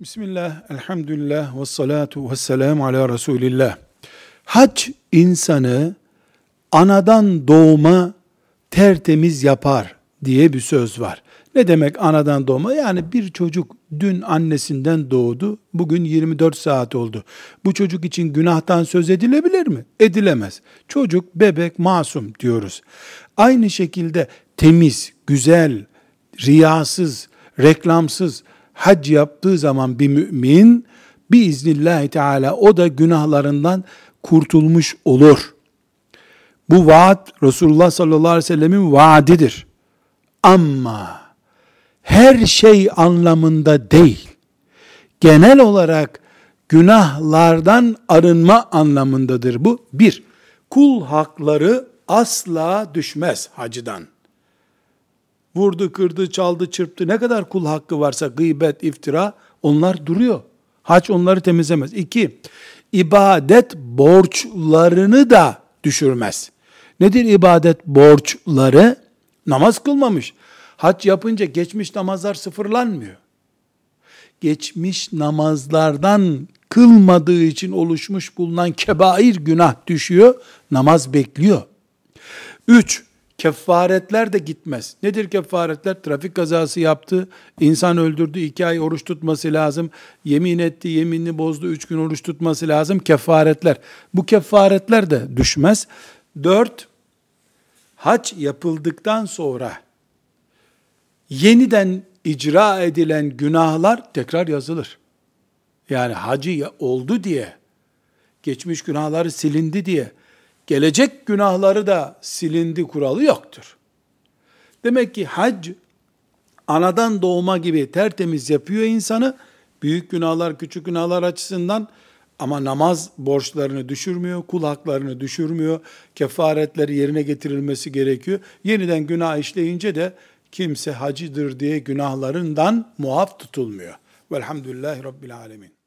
Bismillah, elhamdülillah, ve salatu ve selamu ala Resulillah. Hac insanı anadan doğma tertemiz yapar diye bir söz var. Ne demek anadan doğma? Yani bir çocuk dün annesinden doğdu, bugün 24 saat oldu. Bu çocuk için günahtan söz edilebilir mi? Edilemez. Çocuk, bebek, masum diyoruz. Aynı şekilde temiz, güzel, riyasız, reklamsız hac yaptığı zaman bir mümin, biiznillahü teala o da günahlarından kurtulmuş olur. Bu vaat Resulullah sallallahu aleyhi ve sellemin vaadidir. Ama her şey anlamında değil, genel olarak günahlardan arınma anlamındadır bu. Bir, kul hakları asla düşmez hacıdan. Vurdu, kırdı, çaldı, çırptı, ne kadar kul hakkı varsa gıybet, iftira, onlar duruyor. Hac onları temizlemez. İki, ibadet borçlarını da düşürmez. Nedir ibadet borçları? Namaz kılmamış. Hac yapınca geçmiş namazlar sıfırlanmıyor. Geçmiş namazlardan kılmadığı için oluşmuş bulunan kebair günah düşüyor, namaz bekliyor. Üç, kefaretler de gitmez. Nedir kefaretler? Trafik kazası yaptı, insan öldürdü, 2 ay oruç tutması lazım. Yemin etti, yeminini bozdu, 3 gün oruç tutması lazım. Kefaretler. Bu kefaretler de düşmez. 4, hac yapıldıktan sonra yeniden icra edilen günahlar tekrar yazılır. Yani hacı oldu diye, geçmiş günahları silindi diye, gelecek günahları da silindi kuralı yoktur. Demek ki hac, anadan doğma gibi tertemiz yapıyor insanı, büyük günahlar, küçük günahlar açısından, ama namaz borçlarını düşürmüyor, kul haklarını düşürmüyor, kefaretleri yerine getirilmesi gerekiyor. Yeniden günah işleyince de kimse hacıdır diye günahlarından muaf tutulmuyor. Velhamdülillahi Rabbil Alemin.